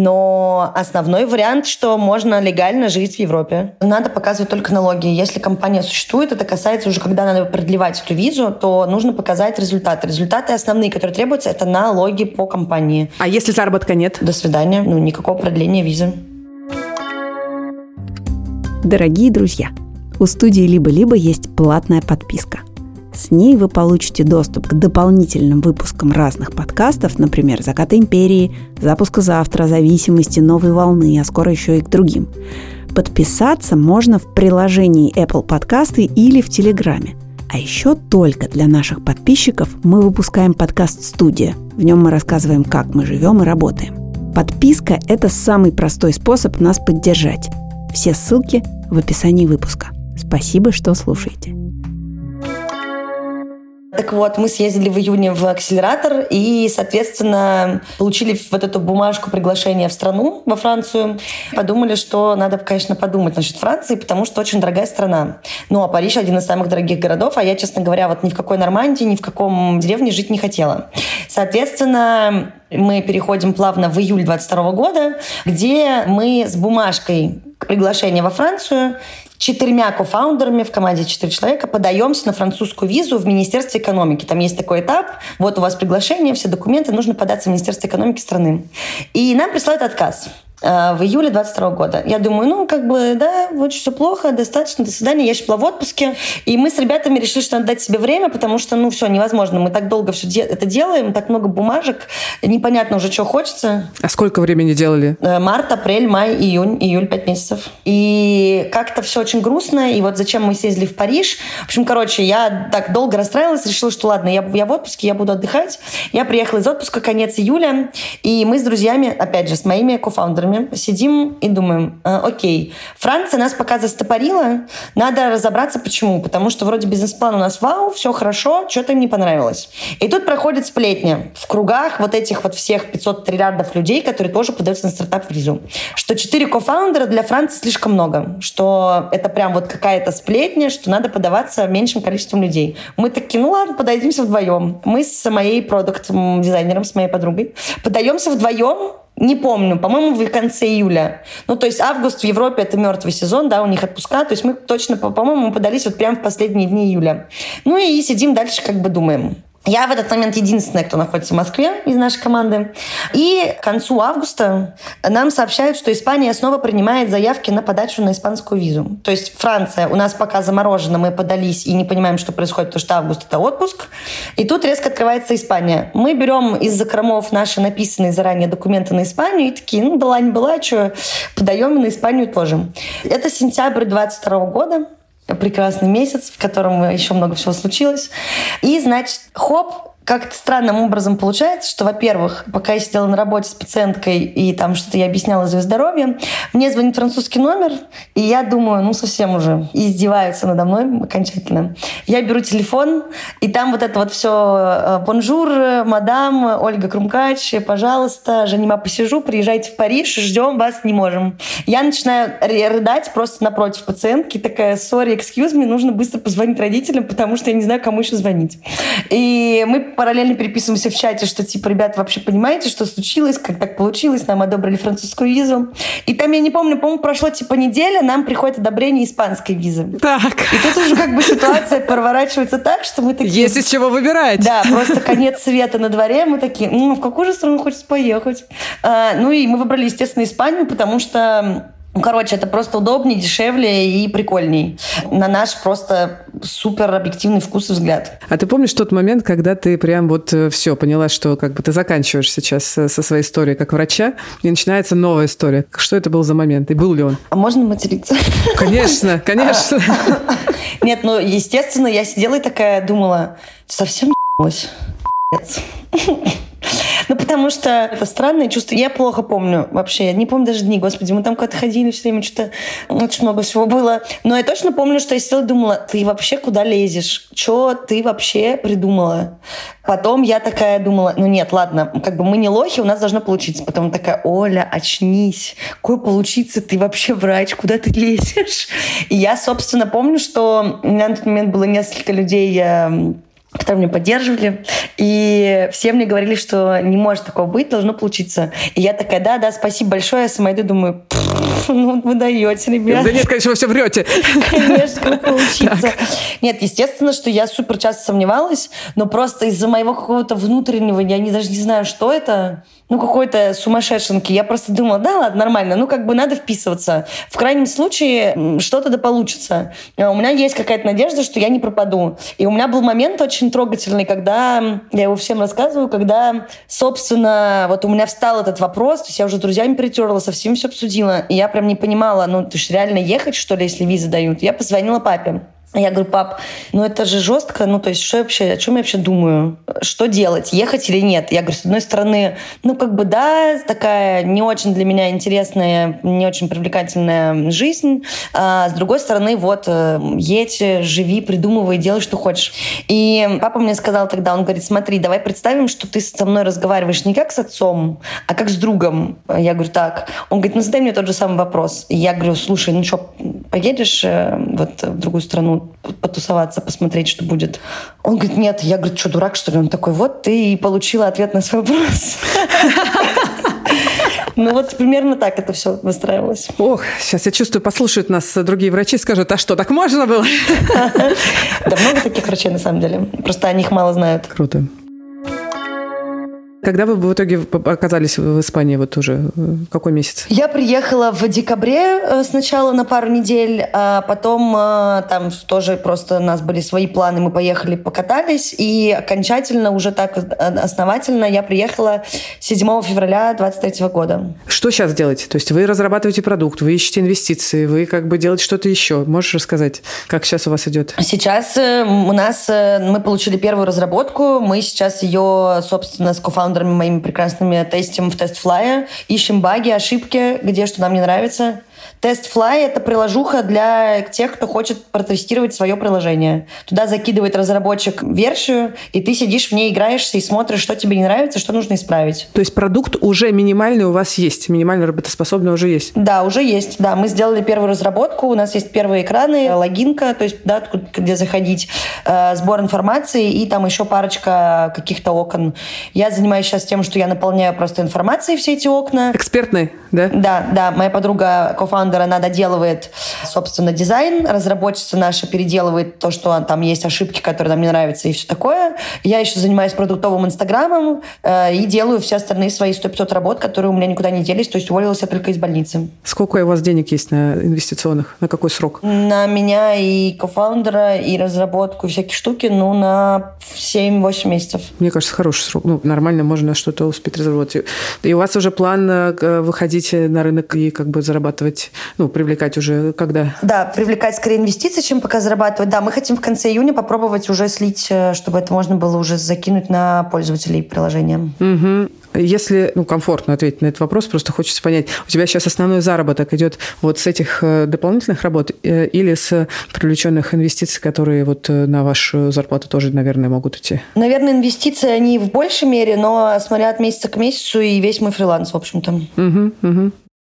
Но основной вариант, что можно легально жить в Европе. Надо показывать только налоги. Если компания существует, это касается уже, когда надо продлевать эту визу, то нужно показать результаты. Результаты основные, которые требуются, это налоги по компании. А если заработка нет? До свидания. Ну, никакого продления визы. Дорогие друзья, у студии «Либо-либо» есть платная подписка. С ней вы получите доступ к дополнительным выпускам разных подкастов, например, «Заката империи», «Запуска завтра», «Зависимости», «Новой волны», а скоро еще и к другим. Подписаться можно в приложении Apple Подкасты или в Телеграме. А еще только для наших подписчиков мы выпускаем подкаст «Студия». В нем мы рассказываем, как мы живем и работаем. Подписка – это самый простой способ нас поддержать. Все ссылки в описании выпуска. Спасибо, что слушаете. Так вот, мы съездили в июне в акселератор и, соответственно, получили вот эту бумажку приглашения в страну, во Францию. Подумали, что надо, конечно, подумать насчет Франции, потому что очень дорогая страна. Ну, а Париж один из самых дорогих городов, а я, честно говоря, вот ни в какой Нормандии, ни в каком деревне жить не хотела. Соответственно, мы переходим плавно в июль двадцать второго года, где мы с бумажкой приглашения во Францию четырьмя кофаундерами в команде четыре человека подаемся на французскую визу в Министерство экономики. Там есть такой этап. Вот у вас приглашение, все документы, нужно податься в Министерство экономики страны. И нам присылают отказ в июле двадцать второго года. Я думаю, ну, как бы, да, вот все плохо, достаточно, до свидания. Я еще была в отпуске. И мы с ребятами решили, что надо дать себе время, потому что, ну, все, невозможно. Мы так долго все де- это делаем, так много бумажек, непонятно уже, что хочется. А сколько времени делали? Март, апрель, май, июнь, июль, пять месяцев. И как-то все очень грустно. И вот зачем мы съездили в Париж. В общем, короче, я так долго расстраивалась, решила, что ладно, я, я в отпуске, я буду отдыхать. Я приехала из отпуска, конец июля. И мы с друзьями, опять же, с моими кофаундерами, сидим и думаем, э, окей, Франция нас пока застопорила, надо разобраться, почему. Потому что вроде бизнес-план у нас вау, все хорошо, что-то им не понравилось. И тут проходит сплетня в кругах вот этих вот всех пятьсот триллиардов людей, которые тоже подаются на стартап-визу, что четыре кофаундера для Франции слишком много, что это прям вот какая-то сплетня, что надо подаваться меньшим количеством людей. Мы такие, ну ладно, подойдемся вдвоем. Мы с моей продакт-дизайнером, с моей подругой, подаемся вдвоем. Не помню, по-моему, в конце июля. Ну, то есть август в Европе — это мертвый сезон, да, у них отпуска. То есть мы точно, по-моему, мы подались вот прямо в последние дни июля. Ну и сидим дальше, как бы думаем. Я в этот момент единственная, кто находится в Москве из нашей команды. И к концу августа нам сообщают, что Испания снова принимает заявки на подачу на испанскую визу. То есть Франция у нас пока заморожена, мы подались и не понимаем, что происходит, потому что август – это отпуск. И тут резко открывается Испания. Мы берем из закромов наши написанные заранее документы на Испанию и такие, ну, была не была, что подаем на Испанию тоже. Это сентябрь двадцать второго года. Прекрасный месяц, в котором еще много всего случилось. И, значит, хоп, как-то странным образом получается, что, во-первых, пока я сидела на работе с пациенткой и там что-то я объясняла за ее здоровье, мне звонит французский номер, и я думаю, ну, совсем уже издеваются надо мной окончательно. Я беру телефон, и там вот это вот все «Бонжур, мадам, Ольга Крумкач, пожалуйста, Жанима, посижу, приезжайте в Париж, ждем вас, не можем». Я начинаю рыдать просто напротив пациентки, такая «Sorry, excuse me, нужно быстро позвонить родителям, потому что я не знаю, кому еще звонить». И мы параллельно переписываемся в чате, что, типа, ребята, вообще понимаете, что случилось, как так получилось, нам одобрили французскую визу. И там, я не помню, по-моему, прошло, типа, неделя, нам приходит одобрение испанской визы. Так. И тут уже как бы ситуация проворачивается так, что мы такие... Есть из чего выбирать. Да, просто конец света на дворе, мы такие, ну, в какую же страну хочется поехать? А, ну, и мы выбрали, естественно, Испанию, потому что... Ну, короче, это просто удобнее, дешевле и прикольней. На наш просто супер объективный вкус и взгляд. А ты помнишь тот момент, когда ты прям вот все поняла, что как бы ты заканчиваешь сейчас со своей историей как врача, и начинается новая история? Что это был за момент? И был ли он? А можно материться? Конечно, конечно. Нет, ну, естественно, я сидела и такая думала, совсем ебалась. Ну, потому что это странное чувство. Я плохо помню вообще. Я не помню даже дни. Господи, мы там куда-то ходили все время, что-то очень много всего было. Но я точно помню, что я сидела и думала, ты вообще куда лезешь? Что ты вообще придумала? Потом я такая думала, ну нет, ладно, как бы мы не лохи, у нас должно получиться. Потом такая, Оля, очнись. Какое получится? Ты вообще врач, куда ты лезешь? И я, собственно, помню, что у меня на тот момент было несколько людей, которые меня поддерживали, и все мне говорили, что не может такого быть, должно получиться. И я такая, да, да, спасибо большое, я сама иду, думаю, ну вы даете, ребят. Да нет, конечно, вы все врете. Конечно, как получится. Нет, естественно, что я супер часто сомневалась, но просто из-за моего какого-то внутреннего, я не, даже не знаю, что это, ну, какой-то сумасшедшенки. Я просто думала, да ладно, нормально, ну, как бы надо вписываться. В крайнем случае что-то да получится. У меня есть какая-то надежда, что я не пропаду. И у меня был момент очень трогательный, когда, я его всем рассказываю, когда, собственно, вот у меня встал этот вопрос, то есть я уже с друзьями перетерла, со всеми все обсудила, и я прям не понимала, ну, то есть реально ехать, что ли, если визы дают? Я позвонила папе. Я говорю, пап, ну это же жестко, ну то есть что вообще, о чем я вообще думаю? Что делать, ехать или нет? Я говорю, с одной стороны, ну как бы да, такая не очень для меня интересная, не очень привлекательная жизнь, а с другой стороны, вот, едь, живи, придумывай, делай, что хочешь. И папа мне сказал тогда, он говорит, смотри, давай представим, что ты со мной разговариваешь не как с отцом, а как с другом. Я говорю, так. Он говорит, ну задай мне тот же самый вопрос. И я говорю, слушай, ну что, поедешь вот в другую страну потусоваться, посмотреть, что будет. Он говорит, нет. Я говорю, что, дурак, что ли? Он такой, вот ты и получила ответ на свой вопрос. Ну вот примерно так это все выстраивалось. Ох, сейчас я чувствую, послушают нас другие врачи, скажут, а что, так можно было? Да много таких врачей на самом деле. Просто о них мало знают. Круто. Когда вы в итоге оказались в Испании, вот уже какой месяц? Я приехала в декабре сначала на пару недель, а потом там тоже просто у нас были свои планы, мы поехали, покатались, и окончательно, уже так основательно я приехала седьмого февраля двадцать третьего года. Что сейчас делаете? То есть вы разрабатываете продукт, вы ищете инвестиции, вы как бы делаете что-то еще. Можешь рассказать, как сейчас у вас идет? Сейчас у нас, мы получили первую разработку, мы сейчас ее, собственно, с кофаундером моими прекрасными тестим в TestFly, ищем баги, ошибки, где что нам не нравится. TestFly — это приложуха для тех, кто хочет протестировать свое приложение. Туда закидывает разработчик версию, и ты сидишь в ней, играешься и смотришь, что тебе не нравится, что нужно исправить. То есть продукт уже минимальный у вас есть, минимально работоспособный уже есть? Да, уже есть. Да, мы сделали первую разработку, у нас есть первые экраны, логинка, то есть да, где заходить, э, сбор информации и там еще парочка каких-то окон. Я занимаюсь сейчас тем, что я наполняю просто информацией все эти окна. Экспертный, да? Да, да. Моя подруга, кофаундер кофаундер, она доделывает, собственно, дизайн, разработчица наша переделывает то, что там есть ошибки, которые нам не нравятся и все такое. Я еще занимаюсь продуктовым инстаграмом э, и делаю все остальные свои сто пятьсот работ, которые у меня никуда не делись, то есть уволилась я только из больницы. Сколько у вас денег есть на инвестиционных? На какой срок? На меня и кофаундера, и разработку, и всякие штуки, ну, на семь-восемь месяцев. Мне кажется, хороший срок. Ну, нормально, можно что-то успеть разработать. И у вас уже план выходить на рынок и как бы зарабатывать, ну, привлекать уже когда? Да, привлекать скорее инвестиции, чем пока зарабатывать. Да, мы хотим в конце июня попробовать уже слить, чтобы это можно было уже закинуть на пользователей приложения. Угу. Если, ну, комфортно ответить на этот вопрос, просто хочется понять, у тебя сейчас основной заработок идет вот с этих дополнительных работ или с привлеченных инвестиций, которые вот на вашу зарплату тоже, наверное, могут идти? Наверное, инвестиции, они в большей мере, но смотря от месяца к месяцу и весь мой фриланс, в общем-то. Угу, угу.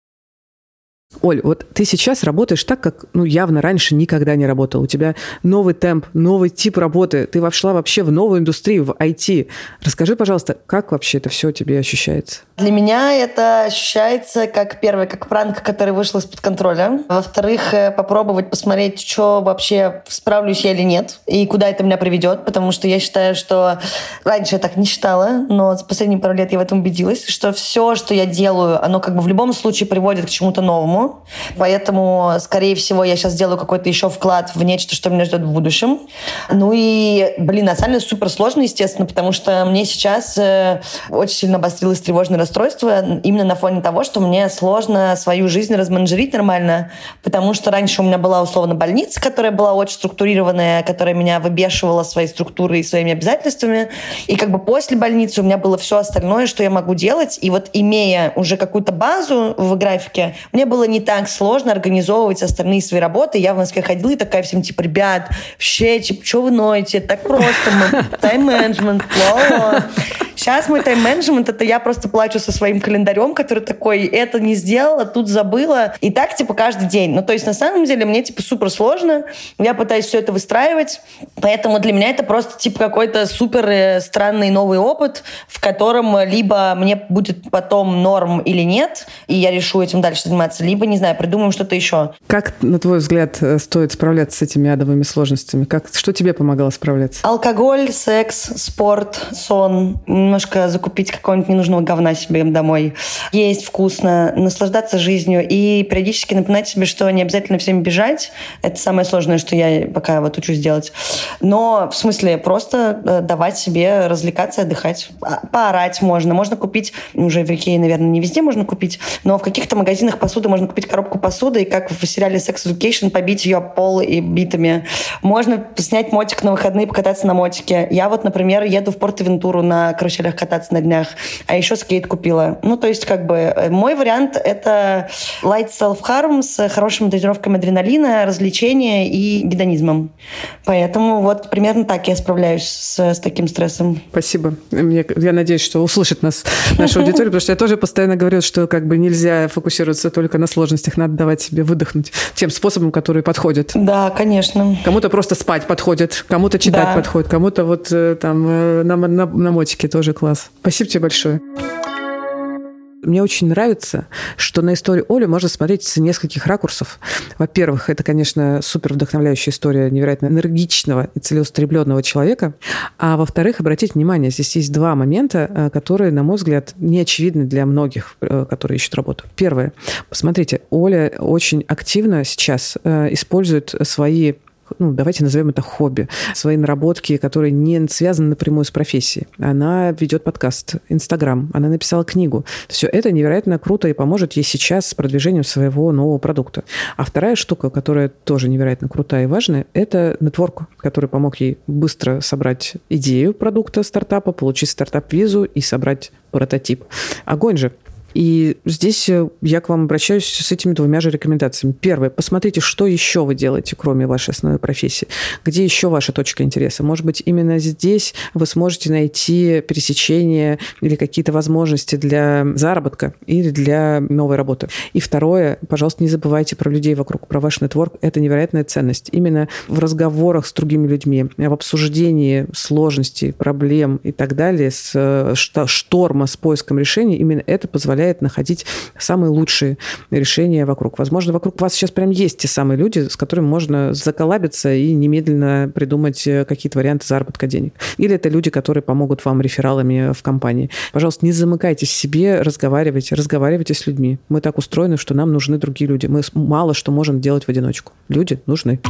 Оль, вот ты сейчас работаешь так, как, ну, явно раньше никогда не работала. У тебя новый темп, новый тип работы. Ты вошла вообще в новую индустрию, в ай ти. Расскажи, пожалуйста, как вообще это все тебе ощущается? Для меня это ощущается как, первое, как пранк, который вышел из-под контроля. Во-вторых, попробовать посмотреть, что вообще, справлюсь я или нет, и куда это меня приведет, потому что я считаю, что раньше я так не считала, но за последние пару лет я в этом убедилась, что все, что я делаю, оно как бы в любом случае приводит к чему-то новому. Поэтому, скорее всего, я сейчас сделаю какой-то еще вклад в нечто, что меня ждет в будущем. Ну и, блин, на самом деле супер сложно, естественно, потому что мне сейчас э, очень сильно обострилось тревожное расстройство именно на фоне того, что мне сложно свою жизнь разменеджерить нормально, потому что раньше у меня была условно больница, которая была очень структурированная, которая меня выбешивала своей структурой и своими обязательствами. И как бы после больницы у меня было все остальное, что я могу делать. И вот имея уже какую-то базу в графике, мне было не так сложно организовывать остальные свои работы. Я в Москве ходила и такая всем, типа, ребят, вообще, типа, что вы ноете? Так просто, мы тайм-менеджмент, ла-ла. Сейчас мой тайм-менеджмент — это я просто плачу со своим календарем, который такой, это не сделала, тут забыла. И так, типа, каждый день. Ну, то есть, на самом деле, мне, типа, супер сложно. Я пытаюсь все это выстраивать. Поэтому для меня это просто, типа, какой-то супер странный новый опыт, в котором либо мне будет потом норм или нет, и я решу этим дальше заниматься, либо, не знаю, придумаем что-то еще. Как, на твой взгляд, стоит справляться с этими адовыми сложностями? Как, что тебе помогало справляться? Алкоголь, секс, спорт, сон, немножко закупить какого-нибудь ненужного говна себе домой, есть вкусно, наслаждаться жизнью и периодически напоминать себе, что не обязательно всем бежать. Это самое сложное, что я пока вот учусь делать. Но в смысле просто давать себе развлекаться, отдыхать. Поорать можно. Можно купить, уже в Икее, наверное, не везде можно купить, но в каких-то магазинах посуды можно купить коробку посуды и, как в сериале Sex Education, побить ее об пол и битами. Можно снять мотик на выходные, покататься на мотике. Я вот, например, еду в Порт-Авентуру на каруселях кататься на днях, а еще скейт купила. Ну, то есть, как бы, мой вариант — это light self-harm с хорошими дозировками адреналина, развлечения и гедонизмом. Поэтому вот примерно так я справляюсь с, с таким стрессом. Спасибо. Мне, я надеюсь, что услышит нас наша аудитория, потому что я тоже постоянно говорю, что как бы нельзя фокусироваться только на сложностях, надо давать себе выдохнуть тем способом, который подходит. Да, конечно. Кому-то просто спать подходит, кому-то читать да. подходит, кому-то вот там на, на, на мотике тоже класс. Спасибо тебе большое. Мне очень нравится, что на историю Оли можно смотреть с нескольких ракурсов. Во-первых, это, конечно, супер вдохновляющая история невероятно энергичного и целеустремленного человека. А во-вторых, обратите внимание, здесь есть два момента, которые, на мой взгляд, не очевидны для многих, которые ищут работу. Первое. Посмотрите, Оля очень активно сейчас использует свои, ну, давайте назовем это хобби, свои наработки, которые не связаны напрямую с профессией. Она ведет подкаст, Инстаграм, она написала книгу. Все это невероятно круто и поможет ей сейчас с продвижением своего нового продукта. А вторая штука, которая тоже невероятно крутая и важная, это нетворк, который помог ей быстро собрать идею продукта стартапа, получить стартап-визу и собрать прототип. Огонь же! И здесь я к вам обращаюсь с этими двумя же рекомендациями. Первое. Посмотрите, что еще вы делаете, кроме вашей основной профессии. Где еще ваша точка интереса? Может быть, именно здесь вы сможете найти пересечение или какие-то возможности для заработка или для новой работы. И второе. Пожалуйста, не забывайте про людей вокруг, про ваш нетворк. Это невероятная ценность. Именно в разговорах с другими людьми, в обсуждении сложностей, проблем и так далее, с шторма, с поиском решений, именно это позволяет позволяет находить самые лучшие решения вокруг. Возможно, вокруг вас сейчас прям есть те самые люди, с которыми можно заколабиться и немедленно придумать какие-то варианты заработка денег. Или это люди, которые помогут вам рефералами в компании. Пожалуйста, не замыкайтесь в себе, разговаривайте, разговаривайте с людьми. Мы так устроены, что нам нужны другие люди. Мы мало что можем делать в одиночку. Люди нужны.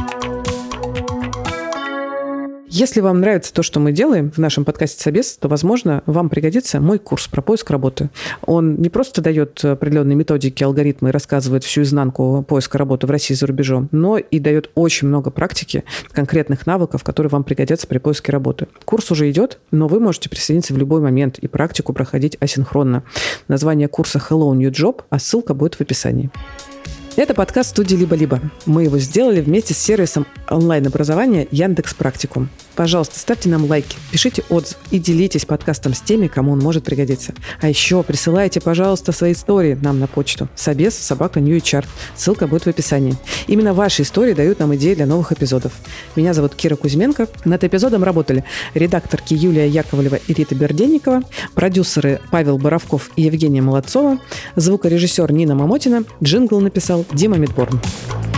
Если вам нравится то, что мы делаем в нашем подкасте «Собес», то, возможно, вам пригодится мой курс про поиск работы. Он не просто дает определенные методики, алгоритмы и рассказывает всю изнанку поиска работы в России и за рубежом, но и дает очень много практики, конкретных навыков, которые вам пригодятся при поиске работы. Курс уже идет, но вы можете присоединиться в любой момент и практику проходить асинхронно. Название курса «Hello New Job», а ссылка будет в описании. Это подкаст студии «Либо-либо». Мы его сделали вместе с сервисом онлайн-образования Яндекс.Практикум. Пожалуйста, ставьте нам лайки, пишите отзыв и делитесь подкастом с теми, кому он может пригодиться. А еще присылайте, пожалуйста, свои истории нам на почту собес собака нью эйч ар. Ссылка будет в описании. Именно ваши истории дают нам идеи для новых эпизодов. Меня зовут Кира Кузьменко. Над эпизодом работали редакторки Юлия Яковлева и Рита Берденникова, продюсеры Павел Боровков и Евгения Молодцова, звукорежиссер Нина Мамотина, джингл написал Дима Мидборн.